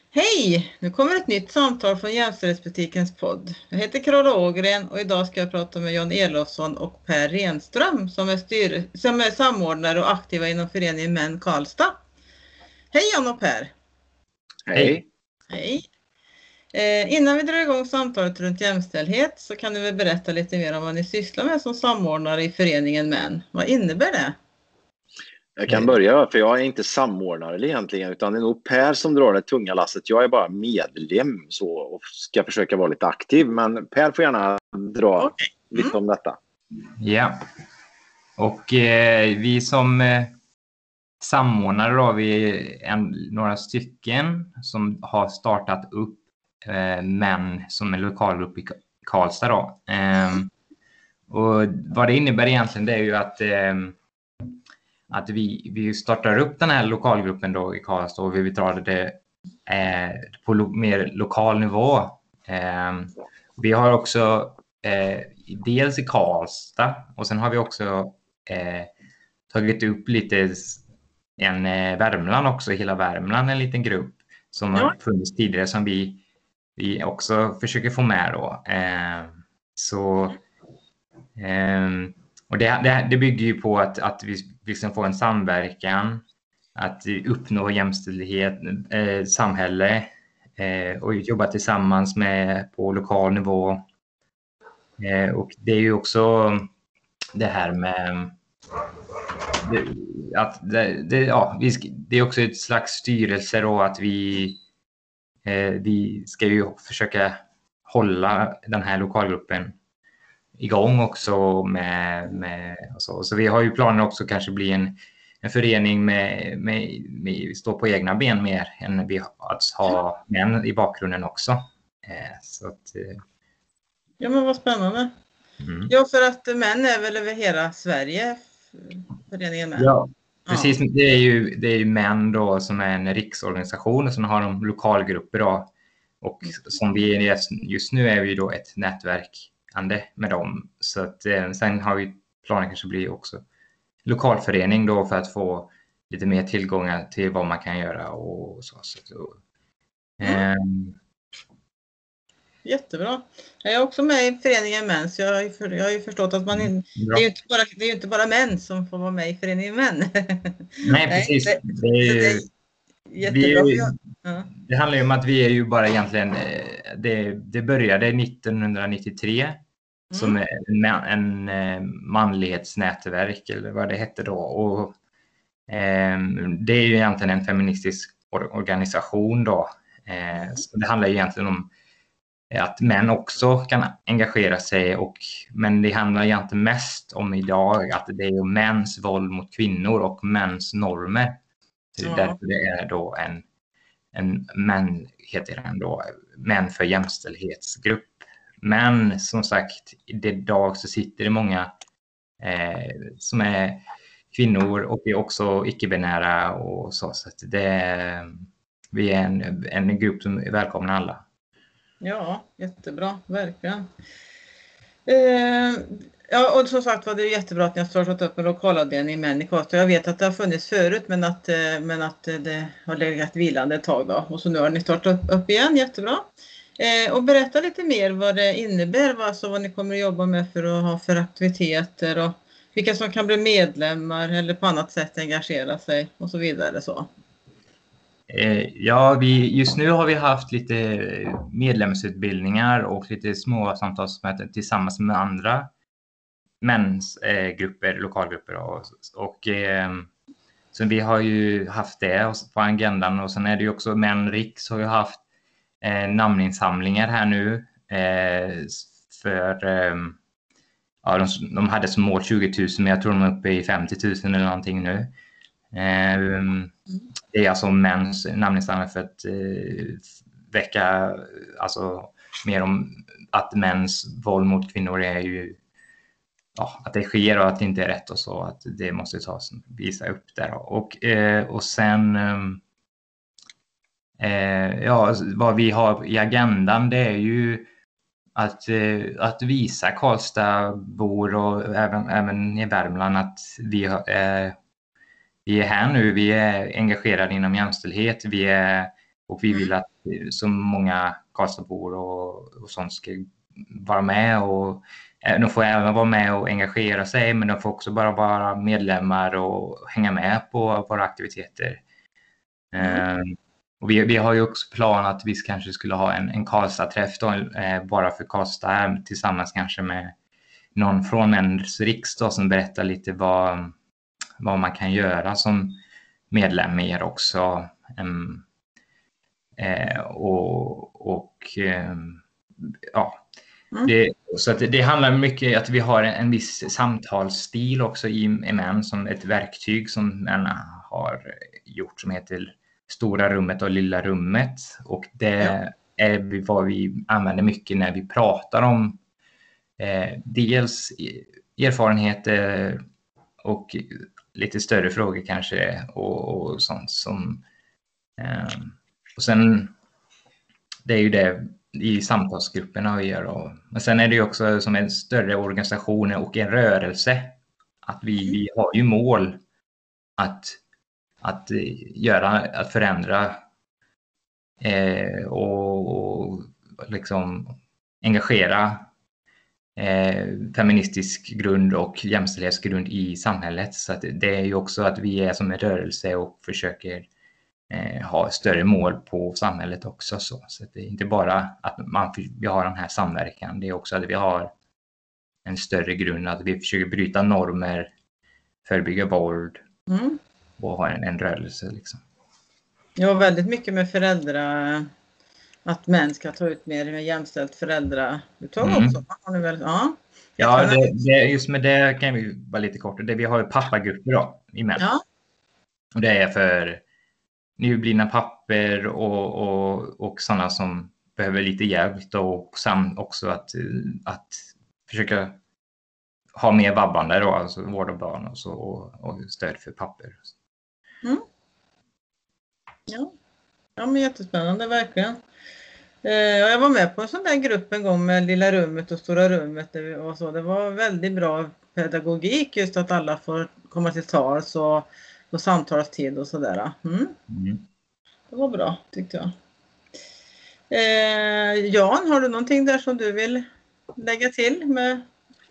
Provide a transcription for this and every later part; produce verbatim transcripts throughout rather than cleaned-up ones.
Hej! Nu kommer ett nytt samtal från Jämställdhetsbutikens podd. Jag heter Carola Ågren och idag ska jag prata med Jan Elofsson och Per Renström som är, styr, som är samordnare och aktiva inom föreningen Män Karlstad. Hej Jan och Per! Hej! Hej! Eh, innan vi drar igång samtalet runt jämställdhet så kan du väl berätta lite mer om vad ni sysslar med som samordnare i föreningen Män. Vad innebär det? Jag kan börja, för jag är inte samordnare egentligen, utan det är nog Per som drar det tunga lasset. Jag är bara medlem så, och ska försöka vara lite aktiv, men Per får gärna dra okay. mm. lite om detta. Ja, och eh, vi som eh, samordnare då, vi är en, några stycken som har startat upp eh, Män som en lokalgrupp i Karlstad då. Eh, och vad det innebär egentligen, det är ju att eh, att vi, vi startar upp den här lokalgruppen då i Karlstad och vi vill dra det eh, på lo, mer lokal nivå. Eh, vi har också eh, dels i Karlstad och sen har vi också eh, tagit upp lite en eh, Värmland också, hela Värmland, en liten grupp som ja. har funnits tidigare som vi, vi också försöker få med då. Eh, så eh, och det, det, det bygger ju på att, att vi liksom får en samverkan, att uppnå jämställdhet, eh, samhälle eh, och jobba tillsammans med på lokal nivå. Eh, och det är ju också det här med det, att det, det, ja, vi ska, det är också ett slags styrelse då, att vi, eh, vi ska ju försöka hålla den här lokalgruppen igång också med, med och så. Så vi har ju planer också kanske bli en, en förening med, med, med stå på egna ben mer än vi att ha män i bakgrunden också. Eh, så att, eh. Ja men vad spännande. Mm. Ja, för att män är väl över hela Sverige, föreningen Män. Ja, precis. Ja. Det är ju det är ju Män då som är en riksorganisation och sen har de lokalgrupper då. Och som vi är just nu är vi då ett nätverk med dem. Så att, eh, sen har vi planer kanske bli också lokalförening då för att få lite mer tillgångar till vad man kan göra och så. så mm. eh. Jättebra. Jag är också med i föreningen Män så jag har ju, för, jag har ju förstått att man in, det är ju inte bara, det är ju inte bara män som får vara med i föreningen Män. Nej, precis. Nej, det, det, är, det är jättebra. Vi, ja. Det handlar ju om att vi är ju bara egentligen, det, det började nittonhundranittiotre mm. som en, en, en manlighetsnätverk eller vad det hette då. Och, eh, det är ju egentligen en feministisk organisation då. Eh, så det handlar ju egentligen om att män också kan engagera sig, och, men det handlar egentligen mest om idag att det är mäns våld mot kvinnor och mäns normer. Ja. Därför det är då en, en män, heter den då, män för jämställdhetsgrupp. Men som sagt, idag så sitter det många eh, som är kvinnor och är också icke-binära och så. Så att det, vi är en, en grupp som välkomnar alla. Ja, jättebra, verkligen. Eh, ja, och som sagt var det är jättebra att ni har startat upp en lokalavdelning i Män i Karlstad. Jag vet att det har funnits förut, men att, men att det har legat vilande ett tag då. Och så nu har ni startat upp igen, jättebra. Eh, och berätta lite mer vad det innebär, alltså vad ni kommer att jobba med för att ha för aktiviteter och vilka som kan bli medlemmar eller på annat sätt engagera sig och så vidare så. Ja, vi, just nu har vi haft lite medlemsutbildningar och lite små samtalsmöten tillsammans med andra mänsgrupper, eh, lokalgrupper. Och, och, eh, så vi har ju haft det på agendan, och sen är det ju också Män Riks har ju haft eh, namninsamlingar här nu. Eh, för eh, ja, de, de hade som mål tjugo tusen, men jag tror de är uppe i femtio tusen eller någonting nu. Eh, det är alltså mäns namninsamling för att eh, väcka alltså, mer om att mäns våld mot kvinnor är ju ja, att det sker och att det inte är rätt och så, att det måste tas visa upp där. Och, eh, och sen eh, ja, vad vi har i agendan, det är ju att, eh, att visa Karlstadbor och även, även i Värmland att vi har eh, vi är här nu, vi är engagerade inom jämställdhet, vi är Och vi vill att så många Karlstadbor och, och sånt ska vara med. Och de får även vara med och engagera sig, men de får också bara vara medlemmar och hänga med på våra aktiviteter. Mm. Um, och vi, vi har ju också plan att vi kanske skulle ha en, en Karlstad-träff då, eh, bara för Karlstad här, tillsammans kanske med någon från Mäns riksdag som berättar lite vad, vad man kan göra som medlem i er också. Um, eh, och och um, ja, mm. det, så att det, det handlar mycket om att vi har en, en viss samtalsstil också i M N som ett verktyg som man har gjort som heter Stora rummet och lilla rummet. Och det ja. är vad vi använder mycket när vi pratar om eh, dels erfarenheter och lite större frågor kanske och, och sånt som eh, och sen det är ju det i samtalsgrupperna vi gör. Och, men sen är det ju också som en större organisation och en rörelse att vi, vi har ju mål att att göra, att förändra eh, och, och liksom engagera eh, feministisk grund och jämställdhetsgrund i samhället. Så att det är ju också att vi är som en rörelse och försöker eh, ha större mål på samhället också. Så, så att det är inte bara att man, vi har den här samverkan, det är också att vi har en större grund, att vi försöker bryta normer, förebygga våld. Mm. Och ha en, en rörelse liksom. Ja, väldigt mycket med föräldrar. Att män ska ta ut mer med jämställt föräldrauttag mm. också. Har ni väl, ja, ja det, det, just med det kan vi vara lite kort. Det, vi har ju pappagrupper då i män. Ja. Och det är för nyblivna papper och, och, och sådana som behöver lite hjälp. Och samt också att, att försöka ha mer vabbande då, alltså vård av barn och, så, och, och stöd för papper. Mm. Ja. ja, men jättespännande verkligen. Eh, jag var med på en sån där grupp en gång med lilla rummet och stora rummet och så. Det var väldigt bra pedagogik just att alla får komma till tals och, och samtalstid och sådär. Mm. Mm. Det var bra tyckte jag. Eh, Jan, har du någonting där som du vill lägga till med?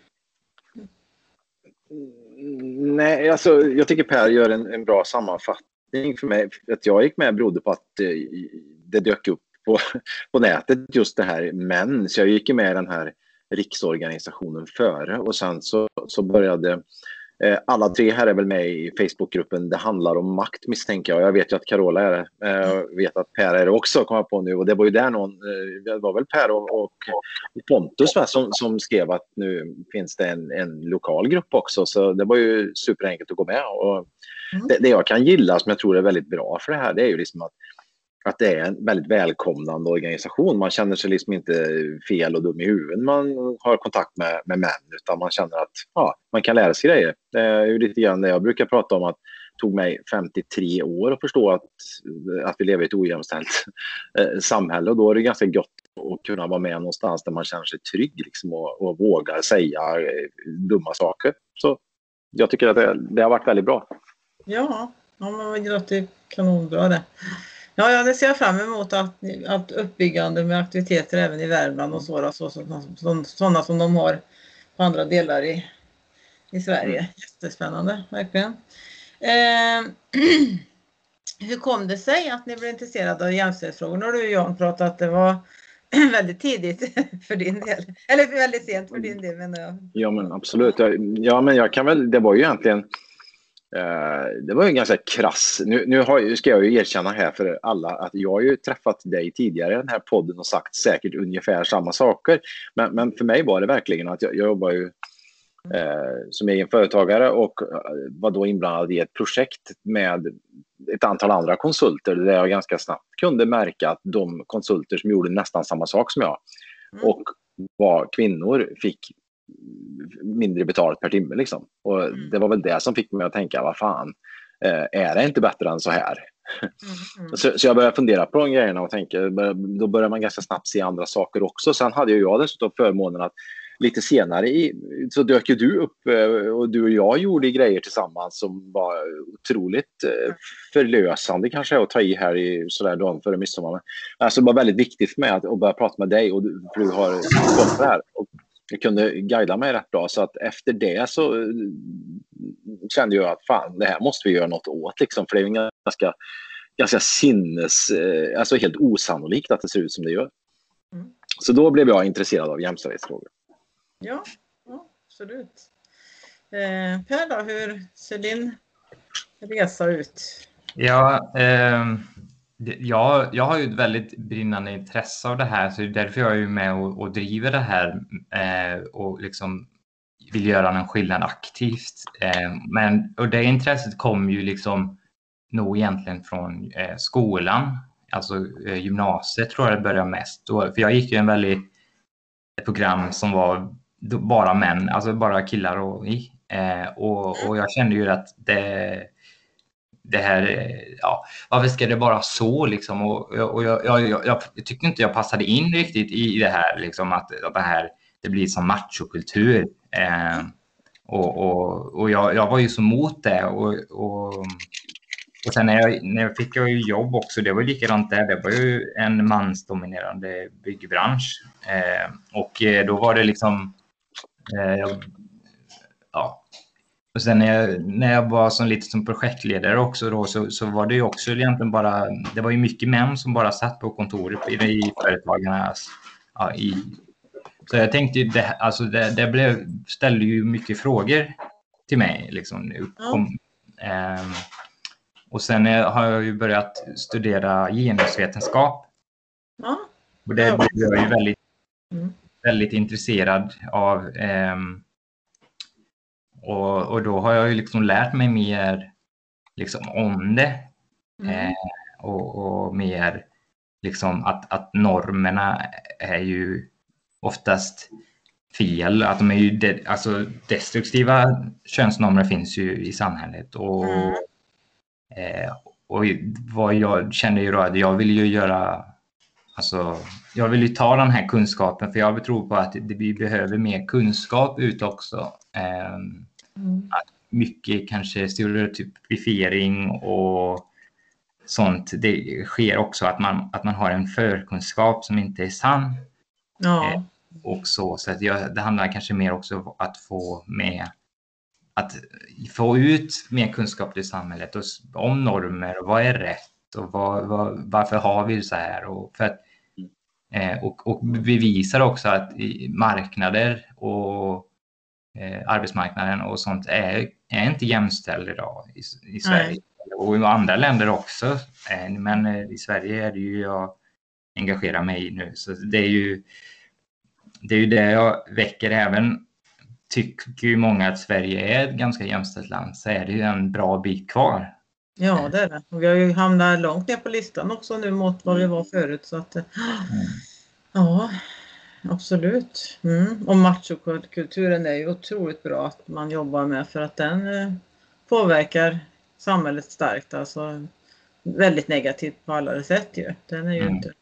Nej, alltså jag tycker Per gör en, en bra sammanfattning för mig. Att jag gick med berodde på att eh, det dök upp på, på nätet just det här män. Så jag gick med i den här riksorganisationen före och sen så, så började eh, alla tre här är väl med i Facebookgruppen Det handlar om makt misstänker jag. Jag vet ju att Carola är det. Jag eh, vet att Per är det också kommer på nu och det var ju där någon, eh, det var väl Per och, och Pontus va, som, som skrev att nu finns det en, en lokal grupp också så det var ju superenkelt att gå med och mm. det, det jag kan gilla som jag tror är väldigt bra för det här det är ju liksom att att det är en väldigt välkomnande organisation. Man känner sig liksom inte fel och dum i huvudet. Man har kontakt med, med män utan man känner att ja, man kan lära sig grejer. Det är ju lite grann det jag brukar prata om att det tog mig femtiotre år att förstå att, att vi lever i ett ojämställt eh, samhälle och då är det ganska gott att kunna vara med någonstans där man känner sig trygg liksom, och, och vågar säga eh, dumma saker. Så jag tycker att det, det har varit väldigt bra. Ja, ja men det låter kanonbra det. Ja, ja, det ser jag fram emot att, att uppbyggande med aktiviteter även i Värmland och så, så, så, så, sådana som de har på andra delar i, i Sverige. Mm. Jättespännande, verkligen. Eh, hur kom det sig att ni blev intresserade av jämställdhetsfrågor? Nu har du och Jan pratat att det var väldigt tidigt för din del. Eller väldigt sent för din del menar jag. Ja, men absolut. Ja, men jag kan väl, det var ju egentligen Uh, det var ju ganska krass. Nu, nu har, ska jag ju erkänna här för alla att jag har ju träffat dig tidigare i den här podden och sagt säkert ungefär samma saker. Men, men för mig var det verkligen att jag, jag jobbar ju uh, som egen företagare och uh, var då inblandad i ett projekt med ett antal andra konsulter där jag ganska snabbt kunde märka att de konsulter som gjorde nästan samma sak som jag mm. och var kvinnor fick mindre betalt per timme liksom. Och mm. det var väl det som fick mig att tänka, vad fan, eh, är det inte bättre än så här? Mm. Mm. så, så jag började fundera på de grejerna och tänka, då börjar man ganska snabbt se andra saker också. Sen hade ju jag dessutom förmånen att lite senare i, så dök ju du upp och du och jag gjorde grejer tillsammans som var otroligt förlösande kanske att ta i här i sådär dagen före midsommar. Alltså det var väldigt viktigt för mig att, att börja prata med dig och du, för du har koll på det här. Och jag kunde guida mig rätt bra, så att efter det så kände jag att fan, det här måste vi göra något åt liksom, för det är en ganska, ganska sinnes, alltså helt osannolikt att det ser ut som det gör. Mm. Så då blev jag intresserad av jämställdhetsfrågor. Ja, ja absolut. Eh, Per då, hur ser din resa ut? Ja, eh, jag, jag har ju ett väldigt brinnande intresse av det här, så det är därför jag är med och, och driver det här eh, och liksom vill göra en skillnad aktivt. Eh, men, och det intresset kom ju liksom nog egentligen från eh, skolan, alltså eh, gymnasiet tror jag det började mest. Då, för jag gick ju en väldigt ett program som var bara män, alltså bara killar och i. Eh, och, och jag kände ju att det, det här, ja, varför ska det vara så liksom? Och, och jag, jag, jag, jag tyckte inte jag passade in riktigt i det här, liksom att, att det här, det blir som machokultur. Eh, och och, och jag, jag var ju så mot det och, och Och sen när jag, när jag fick jag ju jobb också, det var likadant där. Det var ju en mansdominerande byggbransch. Eh, och då var det liksom... Eh, ja. Och sen när jag, när jag var som lite som projektledare också då, så, så var det ju också egentligen bara... Det var ju mycket män som bara satt på kontoret i, i företagarna. Ja, i, så jag tänkte ju, det, alltså det, det blev, ställde ju mycket frågor till mig. Liksom, kom, eh, Och sen har jag ju börjat studera genusvetenskap. Ja. Och det blev jag ju väldigt, mm. väldigt intresserad av. Eh, och, och då har jag ju liksom lärt mig mer liksom om det. Mm. Eh, och, och mer liksom att, att normerna är ju oftast fel. Att de är ju de, alltså destruktiva könsnormer finns ju i samhället. Och mm. Eh, och vad jag kände ju då att jag vill ju göra, alltså jag vill ju ta den här kunskapen, för jag tror på att det, vi behöver mer kunskap ut också. Eh, mm. Att mycket kanske stereotypifiering och sånt, det sker också att man, att man har en förkunskap som inte är sann. Ja. Eh, och så, så att jag, det handlar kanske mer också om att få med att få ut mer kunskap i samhället och om normer och vad är rätt och vad, vad, varför har vi så här, och, för att, eh, och, och bevisar också att i marknader och eh, arbetsmarknaden och sånt är, är inte jämställd idag i, i Sverige. Nej. Och i andra länder också, eh, men eh, i Sverige är det ju jag engagerar mig i nu, så det är ju det är ju det jag väcker. Även tycker ju många att Sverige är ett ganska jämställt land, så är det ju en bra bit kvar. Ja, det är det. Och vi har ju hamnat långt ner på listan också nu mot vad vi var förut. Så att, mm. Ja, absolut. Mm. Och machokulturen är ju otroligt bra att man jobbar med, för att den eh, påverkar samhället starkt. Alltså väldigt negativt på alla sätt ju. Den är ju mm. inte...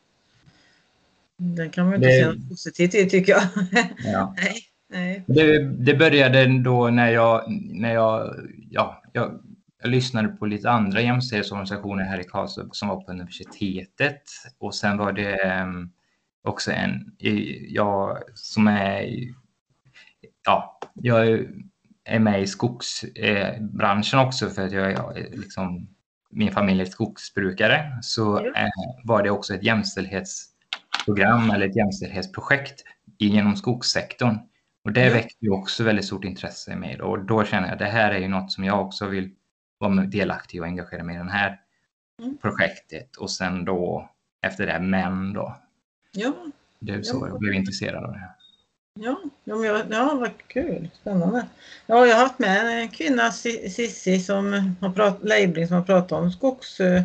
Den kan man ju inte det... se något positivt i, tycker jag. Ja. Nej. Nej. Det, det började då när jag, när jag, ja, jag, jag lyssnade på lite andra jämställdhetsorganisationer här i Karlstad som var på universitetet. Och sen var det um, också en, jag som är, ja, jag är med i skogsbranschen eh, också, för att jag, jag liksom, min familj är skogsbrukare. Så eh, var det också ett jämställdhetsprogram eller ett jämställdhetsprojekt genom skogssektorn. Och det väckte ju också väldigt stort intresse i mig. Och då känner jag att det här är ju något som jag också vill vara delaktig och engagera mig i det här mm. projektet. Och sen då, efter det, män då. Ja. Det är så ja. Jag blev intresserad av det här. Ja, ja, men jag, ja vad kul. Spännande. Ja, jag har haft med en kvinna, Sissi, som har pratat, Leibring, som har pratat om skogs... Eh,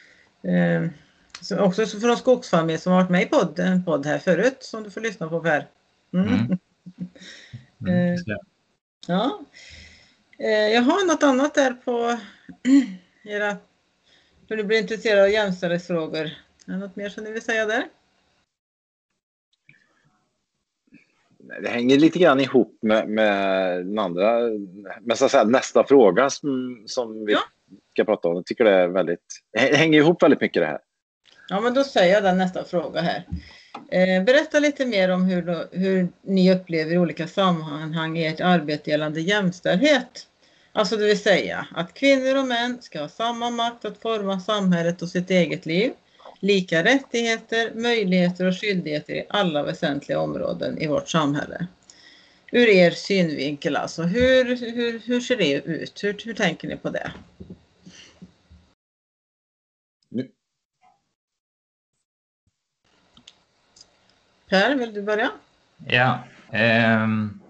också från skogsfamilj, som har varit med i podd, en podd här förut, som du får lyssna på, Per. Mm. Mm. Mm, eh, ja. Eh, jag har något annat där på era, hur du blir intresserad av jämställdhetsfrågor. Är det något mer som ni vill säga där? det hänger lite grann ihop med, med, den andra, med så att säga, nästa fråga som, som vi ja. ska prata om. Jag tycker det är väldigt, det hänger ihop väldigt mycket det här. Ja, men då säger jag den nästa fråga här. Eh, berätta lite mer om hur, då, hur ni upplever i olika sammanhang ert arbete gällande jämställdhet. Alltså det vill säga att kvinnor och män ska ha samma makt att forma samhället och sitt eget liv. Lika rättigheter, möjligheter och skyldigheter i alla väsentliga områden i vårt samhälle. Ur er synvinkel alltså, hur, hur, hur ser det ut? Hur, hur tänker ni på det? Per, vill du börja? Ja, um,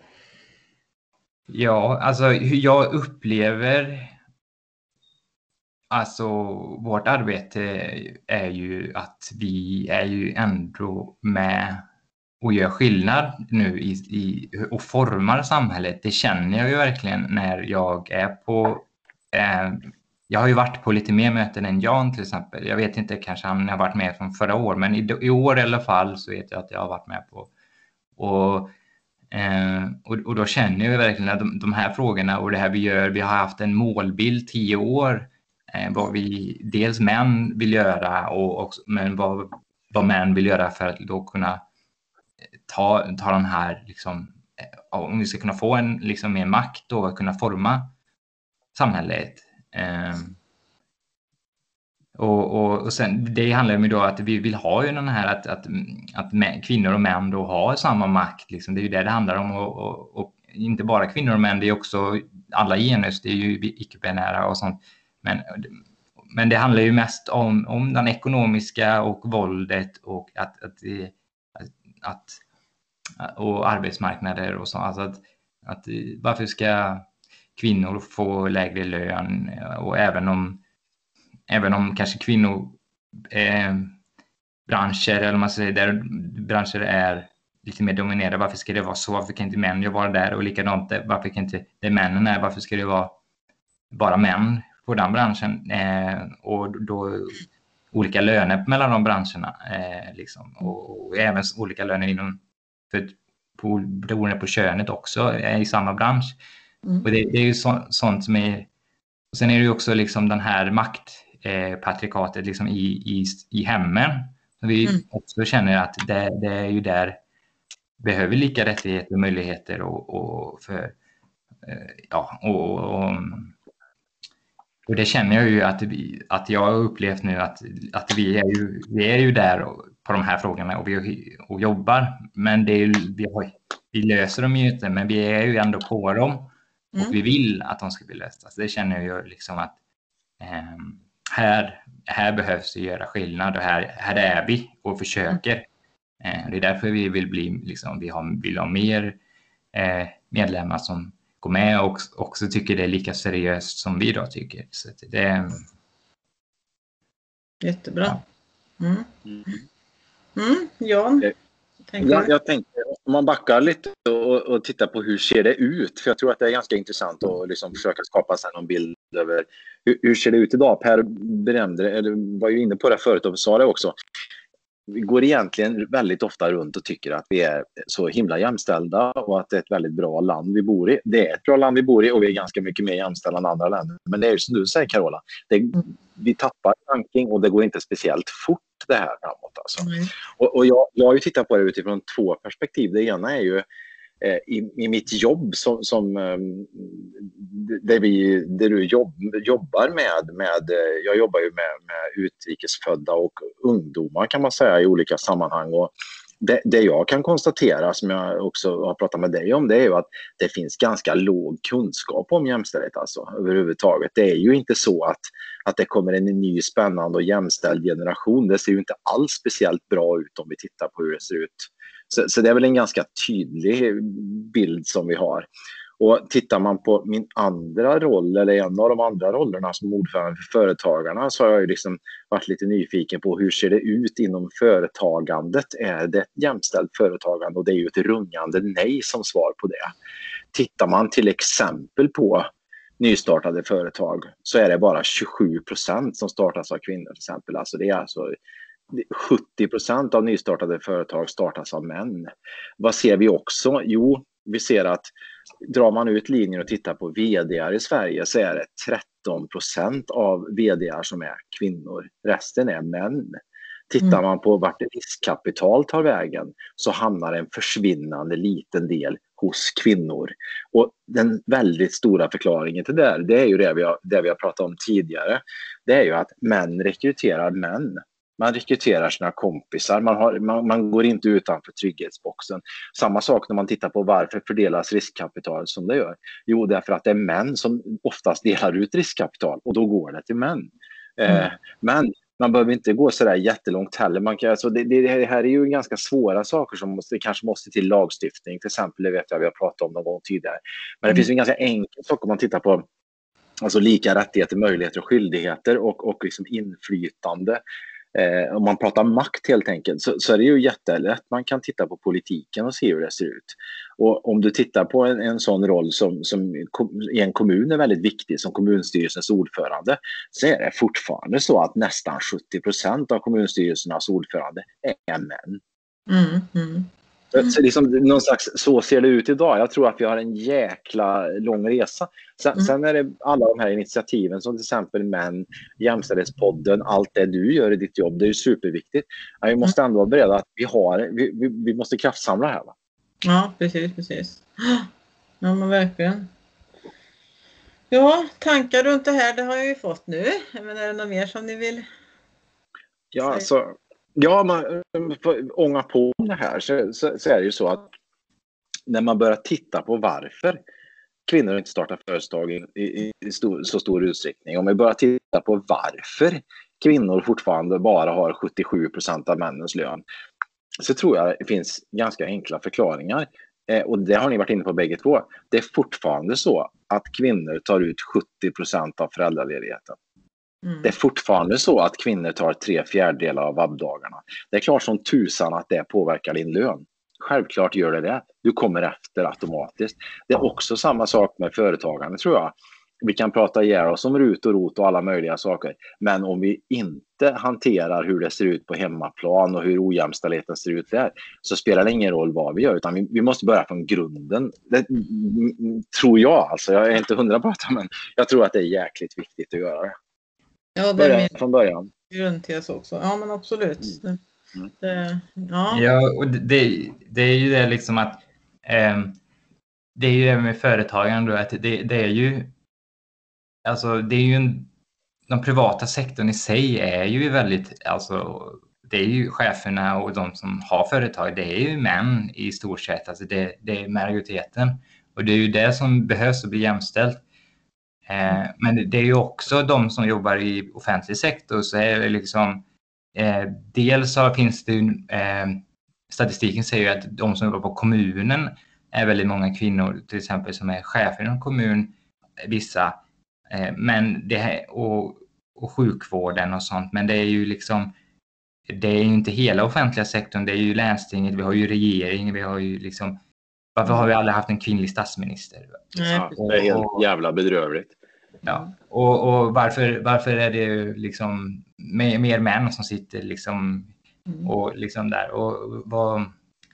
ja, alltså hur jag upplever alltså vårt arbete är ju att vi är ju ändå med och gör skillnad nu i, i och formar samhället. Det känner jag ju verkligen när jag är på eh, jag har ju varit på lite mer möten än Jan till exempel. Jag vet inte, kanske han har varit med från förra år, men i, i år i alla fall så vet jag att jag har varit med på. Och, eh, och, och då känner jag verkligen att de, de här frågorna och det här vi gör, vi har haft en målbild tio år. Eh, vad vi, dels män vill göra och också, men vad, vad män vill göra för att då kunna ta, ta den här, liksom, om vi ska kunna få en liksom, mer makt och kunna forma samhället. Eh, och, och, och sen, det handlar ju då att vi vill ha ju den här att, att, att män, kvinnor och män då har samma makt. Liksom. Det är ju det det handlar om. Och, och, och inte bara kvinnor och män, det är också alla genus, det är ju icke-binära och sånt. Men, men det handlar ju mest om, om den ekonomiska och våldet och att, att, att, att och arbetsmarknader och så. Alltså att, att varför ska kvinnor få lägre lön och även om även om kanske kvinnor eh, branscher eller man säger där branscher är lite mer dominerade, varför ska det vara så? Varför kan inte män vara där? Och likadant, varför kan inte det männen är? Varför ska det vara bara män på den branschen? Eh, och då olika löner mellan de branscherna eh, liksom. och, och även olika löner inom för på, beroende på könet också eh, i samma bransch. Mm. Och det, det är ju så, sånt som är. Och sen är det ju också liksom den här maktpatriarkatet eh, liksom i, i, i hemmen. Så vi mm. också känner att det, det är ju där behöver lika rättigheter och möjligheter och, och för eh, ja och, och, och det känner jag ju att vi, att jag har upplevt nu att, att vi är ju vi är ju där på de här frågorna och vi och jobbar, men det är, vi har, vi löser dem ju inte, men vi är ju ändå på dem. Mm. Och vi vill att de ska bli lösta. Så det känner jag ju liksom att eh, här, här behövs det göra skillnad och här, här är vi och försöker. Eh, det är därför vi vill bli, liksom, vi har, vill ha mer eh, medlemmar som går med och också tycker det är lika seriöst som vi då tycker. Så det, jättebra. Mm. Mm, Jan? Jag, jag tänkte, om man backar lite och, och tittar på hur ser det ut, för jag tror att det är ganska intressant att liksom försöka skapa sig någon bild över hur, hur ser det ut idag. Per berömde, eller var ju inne på det förut och sa det också. Vi går egentligen väldigt ofta runt och tycker att vi är så himla jämställda och att det är ett väldigt bra land vi bor i. Det är ett bra land vi bor i och vi är ganska mycket mer jämställda än andra länder. Men det är ju som du säger, Carola, det, vi tappar ranking och det går inte speciellt fort det här framåt. Alltså. Mm. Och, och jag, jag har ju tittat på det utifrån två perspektiv. Det ena är ju eh, i, i mitt jobb som, som eh, där, vi, där du jobb, jobbar med, med, jag jobbar ju med, med utrikesfödda och ungdomar kan man säga i olika sammanhang. Och det, det jag kan konstatera, som jag också har pratat med dig om, det är ju att det finns ganska låg kunskap om jämställdhet alltså, överhuvudtaget. Det är ju inte så att, att det kommer en ny spännande och jämställd generation. Det ser ju inte alls speciellt bra ut om vi tittar på hur det ser ut. Så, så det är väl en ganska tydlig bild som vi har. Och tittar man på min andra roll, eller en av de andra rollerna som ordförande för Företagarna, så har jag ju liksom varit lite nyfiken på hur ser det ut inom företagandet. Är det ett jämställt företagande? Och det är ju ett rungande nej som svar på det. Tittar man till exempel på nystartade företag så är det bara tjugosju procent som startas av kvinnor till exempel. Alltså det är alltså sjuttio procent av nystartade företag startas av män. Vad ser vi också? Jo, vi ser att drar man ut linjen och tittar på vd:ar i Sverige så är det tretton procent av vd:ar som är kvinnor. Resten är män. Tittar man på vart riskkapital tar vägen så hamnar en försvinnande liten del hos kvinnor. Och den väldigt stora förklaringen till det, det är ju det vi har, det vi har pratat om tidigare. Det är ju att män rekryterar män. Man rekryterar sina kompisar, man, har, man, man går inte utanför trygghetsboxen. Samma sak när man tittar på varför fördelas riskkapital som det gör. Jo, därför att det är män som oftast delar ut riskkapital och då går det till män. Mm. Eh, men man behöver inte gå så där jättelångt heller. Man kan, alltså det, det här är ju ganska svåra saker som måste, kanske måste till lagstiftning. Till exempel, det vet jag vi har pratat om någon gång tidigare. Men det mm. finns en ganska enkel sak om man tittar på alltså lika rättigheter, möjligheter och skyldigheter och, och liksom inflytande. Eh, om man pratar makt helt enkelt så, så är det ju jättelätt. Man kan titta på politiken och se hur det ser ut. Och om du tittar på en, en sån roll som, som i en kommun är väldigt viktig som kommunstyrelsens ordförande så är det fortfarande så att nästan sjuttio procent av kommunstyrelsernas ordförande är män. Mm, mm. Så liksom, någon slags, så ser det ut idag. Jag tror att vi har en jäkla lång resa. Sen, mm. sen är det alla de här initiativen som till exempel män, jämställdhetspodden, allt det du gör i ditt jobb, det är ju superviktigt. Men vi måste ändå vara beredda att vi har, vi, vi, vi måste kraftsamla här, va? Ja, precis, precis. Ja, men verkligen. Ja, tankar runt det här, det har jag ju fått nu. Men är det något mer som ni vill? Ja, alltså... Ja, man ångar på det här så, så, så är det ju så att när man börjar titta på varför kvinnor inte startar företag i, i, i stor, så stor utsträckning. Om vi börjar titta på varför kvinnor fortfarande bara har sjuttiosju procent av männens lön så tror jag det finns ganska enkla förklaringar. Eh, och det har ni varit inne på bägge två. Det är fortfarande så att kvinnor tar ut sjuttio procent av föräldraledigheten. Mm. Det är fortfarande så att kvinnor tar tre fjärdedelar av vabbdagarna. Det är klart som tusan att det påverkar din lön. Självklart gör det det. Du kommer efter automatiskt. Det är också samma sak med företagande tror jag. Vi kan prata ihjäl oss om rut och rot och alla möjliga saker. Men om vi inte hanterar hur det ser ut på hemmaplan och hur ojämställdheten ser ut där så spelar det ingen roll vad vi gör. Utan vi, vi måste börja från grunden. Det tror jag. Alltså, jag är inte hundra på det, men jag tror att det är jäkligt viktigt att göra det. Ja, det är min från början. grundtes också. Ja, men absolut. Mm. Det, ja. ja, och det, det är ju det liksom att eh, det är ju det med företagande då, att det, det är ju alltså det är ju en, den privata sektorn i sig är ju väldigt, alltså det är ju cheferna och de som har företag, det är ju män i stort sett, alltså det, det är majoriteten och det är ju det som behövs att bli jämställt. Eh, men det är ju också de som jobbar i offentlig sektor så är det liksom eh, dels så finns det ju eh, statistiken säger ju att de som jobbar på kommunen är väldigt många kvinnor till exempel som är chefer i en kommun, vissa eh, men det här, och, och sjukvården och sånt, men det är ju liksom det är ju inte hela offentliga sektorn, det är ju länstinget, vi har ju regeringen, vi har ju liksom varför har vi aldrig haft en kvinnlig statsminister? Ja, det är helt jävla bedrövligt. Ja, och, och varför, varför är det liksom mer, mer män som sitter liksom och liksom där och vad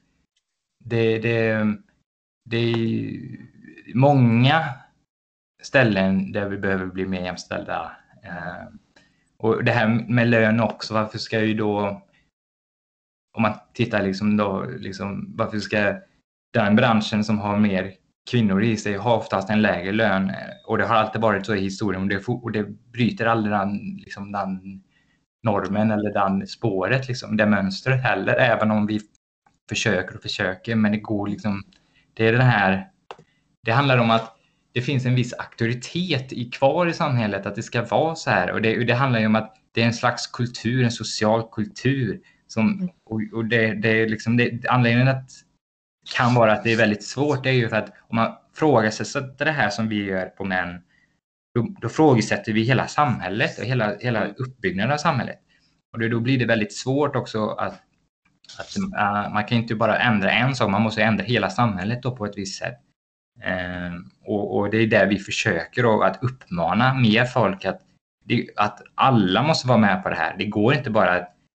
det, det, det är många ställen där vi behöver bli mer jämställda eh, och det här med lön också, varför ska ju då om man tittar liksom då liksom varför ska den branschen som har mer kvinnor i sig har oftast en lägre lön och det har alltid varit så i historien och det, och det bryter aldrig den, liksom den normen eller den spåret, liksom, det mönstret heller, även om vi försöker och försöker, men det går liksom, det är det här, det handlar om att det finns en viss auktoritet i kvar i samhället att det ska vara så här och det, det handlar ju om att det är en slags kultur, en social kultur som, och, och det, det är liksom, det, anledningen att kan vara att det är väldigt svårt det är ju för att om man frågasätter det här som vi gör på män då, då frågasätter vi hela samhället och hela, hela uppbyggnaden av samhället och då, då blir det väldigt svårt också att, att uh, man kan inte bara ändra en sak, man måste ändra hela samhället då på ett visst sätt uh, och, och det är där vi försöker då, att uppmana mer folk att, det, att alla måste vara med på det här, det går inte bara att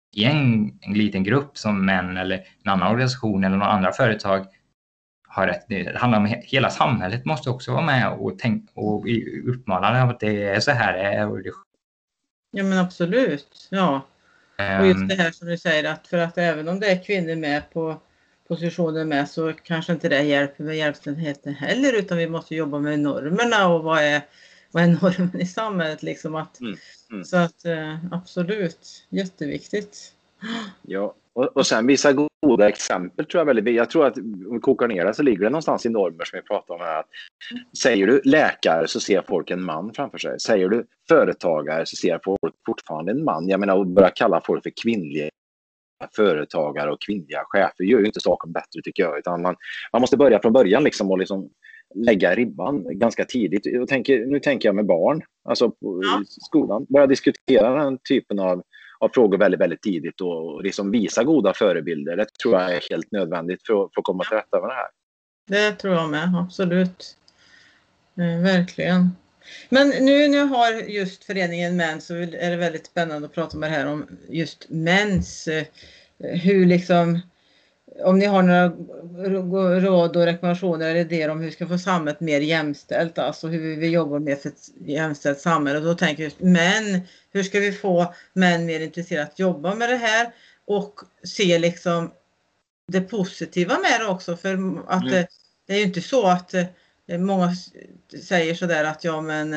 i en, en liten grupp som män eller en annan organisation eller några andra företag har rätt. Det handlar om he- hela samhället måste också vara med och, tänk, och uppmana att det är så här det är. Och det... Ja men absolut, ja. Um, och just det här som du säger att för att även om det är kvinnor med på positioner med så kanske inte det hjälper med jämställdheten heller utan vi måste jobba med normerna och vad är, vad är normen i samhället liksom att Mm, mm. så att eh, absolut jätteviktigt. Ja, och, och sen vissa goda exempel tror jag väldigt viktigt. Jag tror att om vi kokar ner det så ligger det någonstans i normer som vi pratar om här. Att säger du läkare så ser folk en man framför sig. Säger du företagare så ser folk fortfarande en man. Jag menar att börja kalla folk för kvinnliga företagare och kvinnliga chefer gör ju inte saken bättre tycker jag. Utan man, man måste börja från början liksom och liksom lägga ribban ganska tidigt. Jag tänker, nu tänker jag med barn, alltså på Ja. skolan. Börja diskutera den typen av av frågor väldigt, väldigt tidigt och liksom visa goda förebilder. Det tror jag är helt nödvändigt för att, för att komma till rätta med det här. Det tror jag med, absolut. Eh, verkligen. Men nu när jag har just föreningen män så är det väldigt spännande att prata med det här om just mäns, eh, hur liksom, om ni har några råd och rekommendationer eller idéer om hur vi ska få samhället mer jämställt, alltså hur vi jobbar med för ett jämställt samhälle. Och då tänker jag, men hur ska vi få män mer intresserade att jobba med det här och se liksom det positiva med det också, för att mm. det, det är ju inte så att eh, många säger sådär att ja men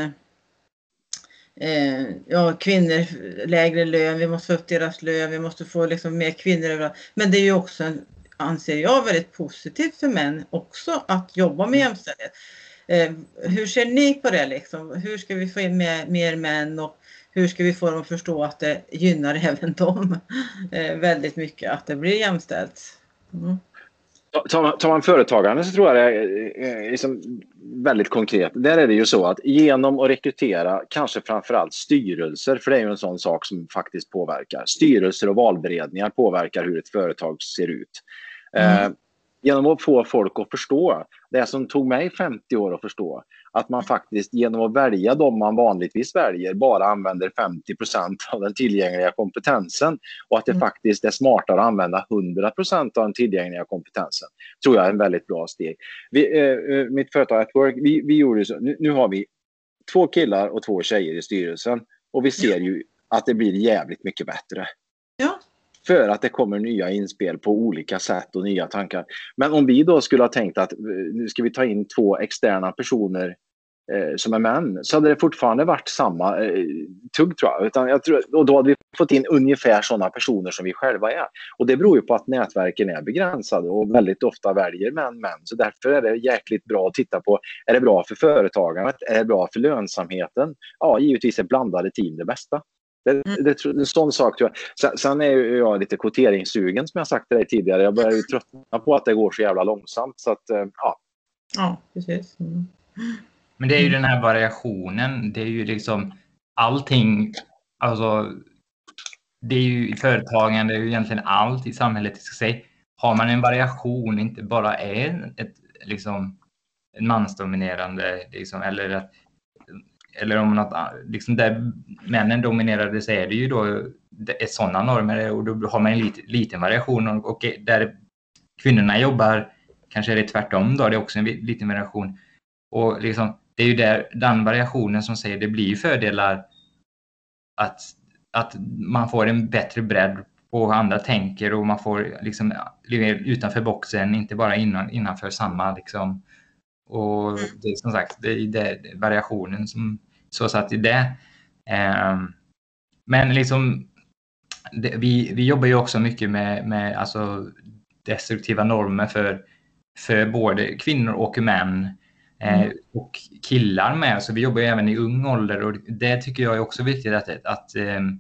eh, ja kvinnor lägre lön, vi måste få upp deras lön, vi måste få liksom mer kvinnor överallt. Men det är ju också en, anser jag, väldigt positivt för män också att jobba med jämställdhet. Eh, hur ser ni på det liksom? Hur ska vi få in mer, mer män och hur ska vi få dem att förstå att det gynnar även dem eh, väldigt mycket att det blir jämställt? Mm. Tar man, tar man företagande så tror jag det är, är liksom väldigt konkret. Där är det ju så att genom att rekrytera kanske framförallt styrelser, för det är ju en sån sak som faktiskt påverkar. Styrelser och valberedningar påverkar hur ett företag ser ut. Mm. Eh, genom att få folk att förstå det som tog mig femtio år att förstå. Att man faktiskt genom att välja de man vanligtvis väljer bara använder femtio procent av den tillgängliga kompetensen. Och att det mm. faktiskt är smartare att använda hundra procent av den tillgängliga kompetensen. Tror jag är en väldigt bra steg. Vi, eh, mitt företag At Work, vi, vi gjorde så. Nu, nu har vi två killar och två tjejer i styrelsen. Och vi ser ju att det blir jävligt mycket bättre. Ja. För att det kommer nya inspel på olika sätt och nya tankar. Men om vi då skulle ha tänkt att nu ska vi ta in två externa personer eh, som är män, så hade det fortfarande varit samma eh, tugg tror jag. Utan jag tror, och då hade vi fått in ungefär sådana personer som vi själva är. Och det beror ju på att nätverken är begränsade och väldigt ofta väljer män män. Så därför är det jäkligt bra att titta på, är det bra för företagandet? Är det bra för lönsamheten? Ja, givetvis är blandade team det bästa. Det, det, det är en sån sak tror jag. Sen, sen är jag lite kvoteringssugen som jag sagt till dig tidigare. Jag börjar ju tröttna på att det går så jävla långsamt. Så att, ja. Ja, precis. Mm. Men det är ju den här variationen. Det är ju liksom allting. Alltså, det är ju i företagen, det är ju egentligen allt i samhället. Jag ska säga. Har man en variation, inte bara är ett liksom en mansdominerande liksom, eller att eller om något liksom där männen dominerade så är det ju då det är sådana normer och då har man en liten, liten variation och, och där kvinnorna jobbar kanske är det tvärtom då, det är också en liten variation och liksom det är ju där den variationen som säger det blir fördelar att, att man får en bättre bredd på hur andra tänker och man får liksom utanför boxen, inte bara innan, innanför samma liksom. Och det är som sagt, det är det, variationen som så satt i det. Um, men liksom, det, vi, vi jobbar ju också mycket med, med alltså destruktiva normer för, för både kvinnor och män. Mm. Eh, och killar med. Så vi jobbar ju även i ung ålder och det tycker jag är också viktigt att, att,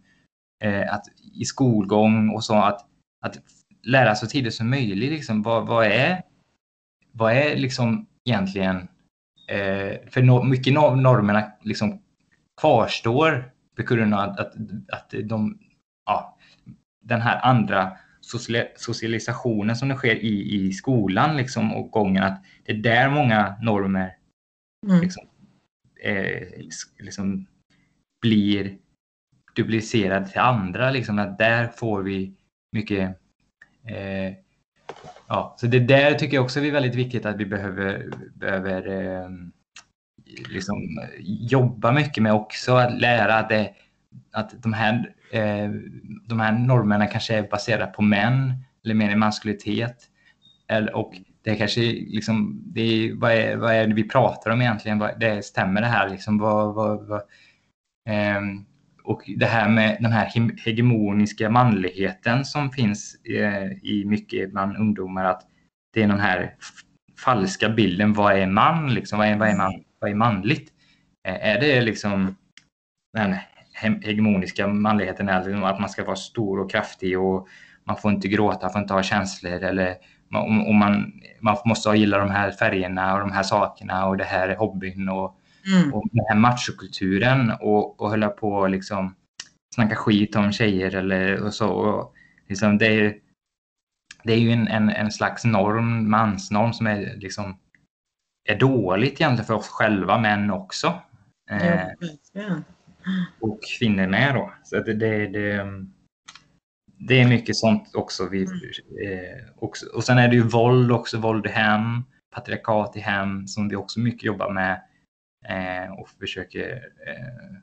eh, att i skolgång och så att, att lära så tidigt som möjligt liksom, vad, vad är vad är liksom egentligen eh, för no, mycket no, normerna liksom kvarstår på grund av att, att, att de ja, den här andra socialisationen som det sker i, i skolan liksom, och gången att det är där många normer mm. liksom, eh, liksom blir duplicerad till andra. Liksom, att där får vi mycket... Eh, ja, så det där tycker jag också är väldigt viktigt att vi behöver, behöver eh, liksom, jobba mycket med också. Att lära att, det, att de, här, eh, de här normerna kanske är baserade på män eller mer i maskulinitet. Eller, och det kanske liksom, det är, vad, är, vad är det vi pratar om egentligen? Vad, det stämmer det här? Liksom, vad, vad, vad, eh, och det här med den här hegemoniska manligheten som finns eh, i mycket bland ungdomar, att det är den här falska bilden. Vad är man? Liksom, vad, är, vad, är man vad är manligt? Eh, är det liksom den hegemoniska manligheten, eller att man ska vara stor och kraftig och man får inte gråta, får inte ha känslor, eller och man, man måste ha gilla de här färgerna och de här sakerna och det här är hobbyn och, mm. och den här machokulturen och, och hålla på liksom snacka skit om tjejer eller och så. Och liksom det, är, det är ju en, en, en slags norm, mansnorm som är liksom är dåligt egentligen för oss själva, men också. Eh, ja. Och kvinnor med då. Så det, det, det Det är mycket sånt också. Vi, eh, också. Och sen är det ju våld också, våld i hem, patriarkat i hem som vi också mycket jobbar med eh, och försöker eh,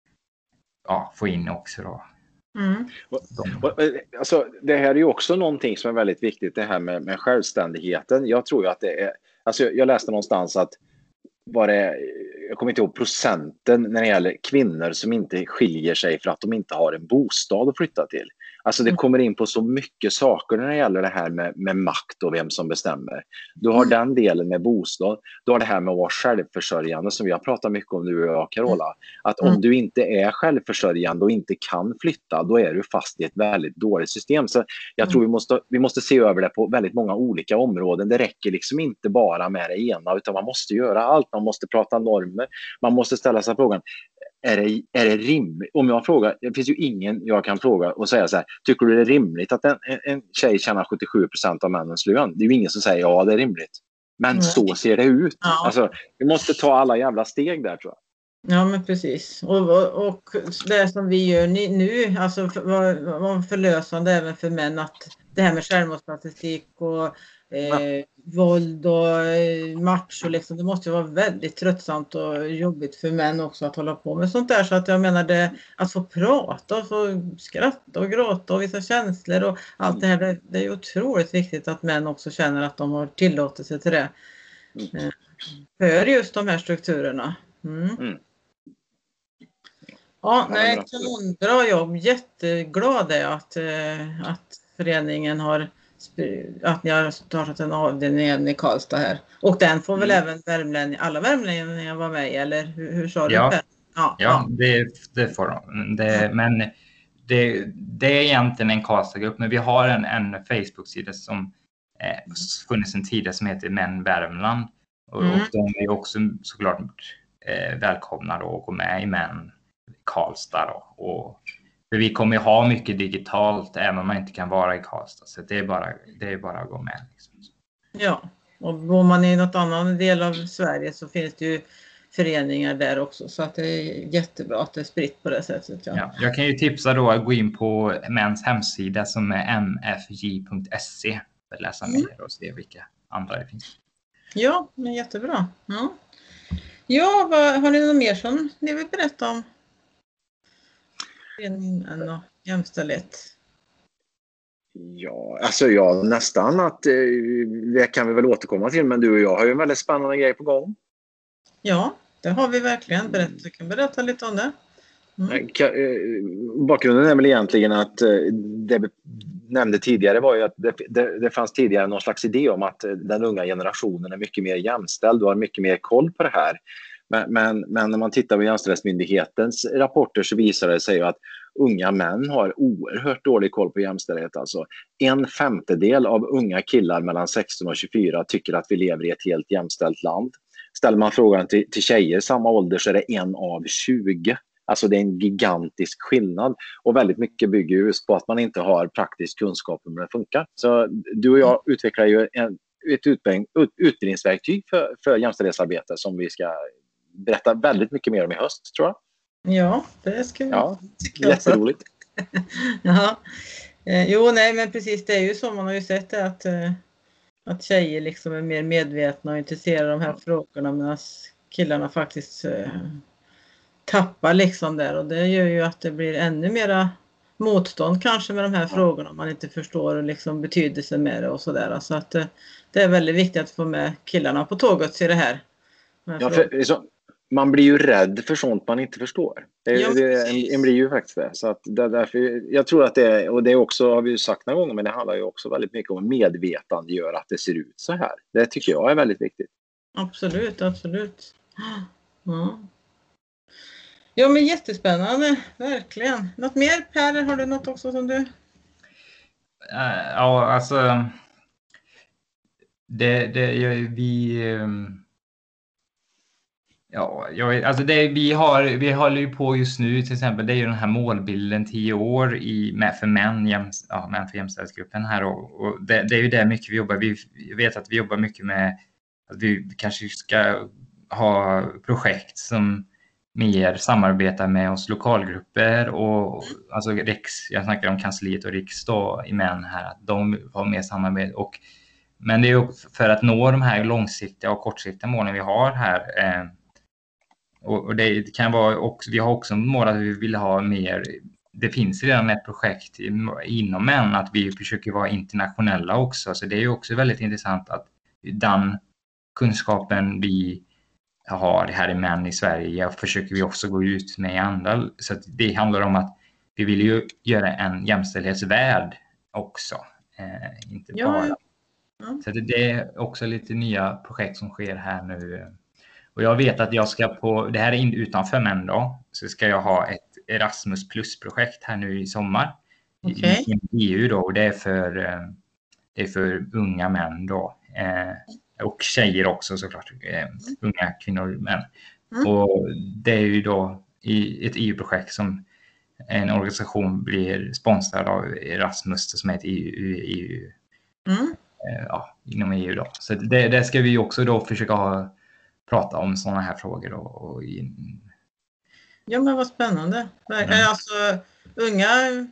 ja, få in också då. Mm. Alltså, det här är ju också någonting som är väldigt viktigt, det här med, med självständigheten. Jag tror ju att det är, alltså jag läste någonstans att var det, jag kommer inte ihåg procenten när det gäller kvinnor som inte skiljer sig för att de inte har en bostad att flytta till. Alltså det kommer in på så mycket saker när det gäller det här med, med makt och vem som bestämmer. Du har mm. den delen med bostad. Du har det här med att vara självförsörjande som vi har pratat mycket om nu och jag, Carola. Att mm. om du inte är självförsörjande och inte kan flytta, då är du fast i ett väldigt dåligt system. Så jag mm. tror vi måste, vi måste se över det på väldigt många olika områden. Det räcker liksom inte bara med det ena, utan man måste göra allt. Man måste prata normer. Man måste ställa sig frågan, Är det, är det rimligt? Om jag frågar, det finns ju ingen jag kan fråga och säga så här, tycker du det är rimligt att en, en tjej tjänar sjuttiosju procent av männens lön? Det är ju ingen som säger ja, det är rimligt. Men mm. så ser det ut. Ja. Alltså, vi måste ta alla jävla steg där, tror jag. Ja, men precis. Och, och, och det som vi gör nu, alltså var, var förlösande även för män, att det här med självmordsstatistik och eh, ja. våld och eh, macho, liksom, det måste ju vara väldigt tröttsamt och jobbigt för män också att hålla på med sånt där. Så att jag menar det, att få prata och få skratta och gråta och visa känslor och allt det här, det, det är otroligt viktigt att män också känner att de har tillåtelse till det. Eh, för just de här strukturerna. Mm. Mm. Ja, nej, kanonbra jobb. Jätteglad är jag att, att föreningen har, att ni har startat en avdelning i Karlstad här. Och den får väl mm. även värmlänning, alla värmlänningar vara med, eller hur, hur sa du? Ja, ja, ja. Det, det får de. Det, ja. Men det, det är egentligen en Karlstad-grupp, men vi har en, en Facebook-sida som eh, funnits en tidigare som heter Män Värmland. Och, mm. och de är också såklart eh, välkomna då att gå med i Män Karlstad då. Och för vi kommer ju ha mycket digitalt även om man inte kan vara i Karlstad, så det är bara, det är bara att gå med liksom. Ja, och går man i något annan del av Sverige så finns det ju föreningar där också, så att det är jättebra att det är spritt på det sättet. Ja. Ja, jag kan ju tipsa då att gå in på Mäns hemsida som är m f j punkt se för att läsa mm. mer och se vilka andra det finns. Ja, men jättebra. Ja, ja vad, har ni något mer som ni vill berätta om? Och jämställdhet? Ja, alltså ja, nästan att eh, det kan vi väl återkomma till, men du och jag har ju en väldigt spännande grej på gång. Ja, det har vi verkligen. Berätta, jag kan berätta lite om det. Mm. Bakgrunden är väl egentligen att det vi nämnde tidigare var ju att det, det, det fanns tidigare någon slags idé om att den unga generationen är mycket mer jämställd och har mycket mer koll på det här. Men, men, men när man tittar på Jämställdhetsmyndighetens rapporter så visar det sig att unga män har oerhört dålig koll på jämställdhet. Alltså en femtedel av unga killar mellan sexton och tjugofyra tycker att vi lever i ett helt jämställt land. Ställer man frågan till, till tjejer samma ålder så är det en av tjugo. Alltså det är en gigantisk skillnad och väldigt mycket bygger just på att man inte har praktisk kunskap om hur det funkar. Så du och jag utvecklar ju en, ett utbildning, ut, utbildningsverktyg för, för jämställdhetsarbete som vi ska berätta väldigt mycket mer om i höst, tror jag. Ja, det ska vi Ja, tycka jag också. jätteroligt. Ja. Eh, jo, nej, men precis, det är ju så, man har ju sett det att, eh, att tjejer liksom är mer medvetna och intresserade av de här frågorna, medan killarna faktiskt eh, tappar liksom där, och det gör ju att det blir ännu mera motstånd kanske med de här frågorna om man inte förstår liksom betydelsen med det och sådär. Så att eh, det är väldigt viktigt att få med killarna på tåget i det här. De här Ja, för, så, man blir ju rädd för sånt man inte förstår. Det, Ja, det, en, en blir ju faktiskt det. Så att det, därför, jag tror att det, och det är också, har vi ju sagt några gånger, men det handlar ju också väldigt mycket om medvetandegöra att det ser ut så här. Det tycker jag är väldigt viktigt. Absolut, absolut. Ja. Ja, men jättespännande, verkligen. Något mer, Per? Har du något också som du? Uh, ja, alltså det, det vi um, ja, jag, alltså det vi har vi håller ju på just nu till exempel, det är ju den här målbilden tio år i med för män, jäms, ja, män för jämställdhetsgruppen här, och, och det, det är ju det mycket vi jobbar. Vi vet att vi jobbar mycket med att vi kanske ska ha projekt som mer samarbetar med oss lokalgrupper och alltså Riks, jag snackar om kansliet och Riks då i män här, att de har mer samarbete. Och men det är ju för att nå de här långsiktiga och kortsiktiga målen vi har här. Eh, och, och det kan vara också, vi har också mål att vi vill ha mer. Det finns redan ett projekt inom män att vi försöker vara internationella också, så det är ju också väldigt intressant att den kunskapen vi har här i män i Sverige försöker vi också gå ut med i andra. Så att det handlar om att vi vill ju göra en jämställdhetsvärld också, eh, inte Ja, bara. ja. Ja. Så det är också lite nya projekt som sker här nu. Och jag vet att jag ska på, det här är in utanför män då, så ska jag ha ett Erasmus plus-projekt här nu i sommar. Okay. I, i E U då, och det är för, det är för unga män då. Eh, och tjejer också såklart, eh, unga kvinnor och män. Mm. Och det är ju då i ett E U-projekt som en organisation blir sponsrad av Erasmus som är ett E U, E U mm. eh, ja, inom E U då. Så det, det ska vi också då försöka ha, prata om sådana här frågor. Och, och i... Ja, men vad spännande. Mm. Alltså unga...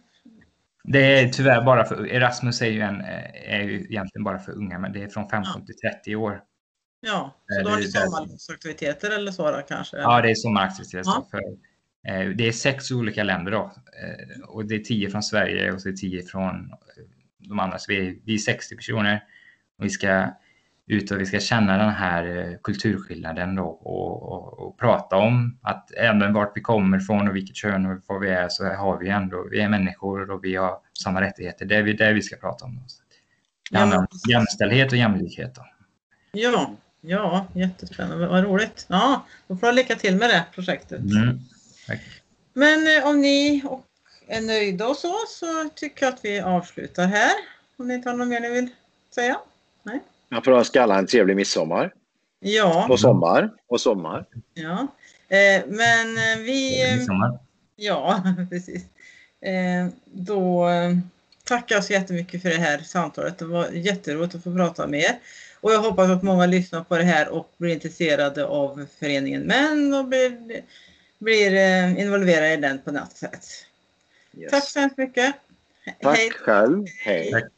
Det är tyvärr bara för, Erasmus är ju, en, är ju egentligen bara för unga, men det är från femton ja. till trettio år. Ja, så då har ni sommaraktiviteter eller så då kanske? Eller? Ja, det är sommaraktiviteter. Ja. För, eh, det är sex olika länder då. Eh, och det är tio från Sverige och så är det tio från de andra. Så vi är, vi är sextio personer. Och vi ska ut och vi ska känna den här kulturskillnaden då. Och, och, och prata om att även vart vi kommer ifrån och vilket kön och vad vi är, så har vi ändå, vi är människor och vi har samma rättigheter. Det är vi, det vi ska prata om. Det handlar om jämställdhet och jämlikhet då. Ja, ja, jättespännande. Vad roligt. Ja, då får jag lycka till med det projektet. Mm, men eh, om ni är nöjda och så, så tycker jag att vi avslutar här. Om ni inte har något mer ni vill säga? Nej. Jag får önska alla en trevlig midsommar. Ja. Och sommar. Och sommar. Ja. Eh, men vi... Midsommar. Ja, precis. Eh, då tackar jag så jättemycket för det här samtalet. Det var jätteroligt att få prata med er. Och jag hoppas att många lyssnar på det här och blir intresserade av föreningen Män och blir, blir involverade i den på något sätt. Yes. Tack så hemskt mycket. Tack Hej. Själv. Hej. Tack.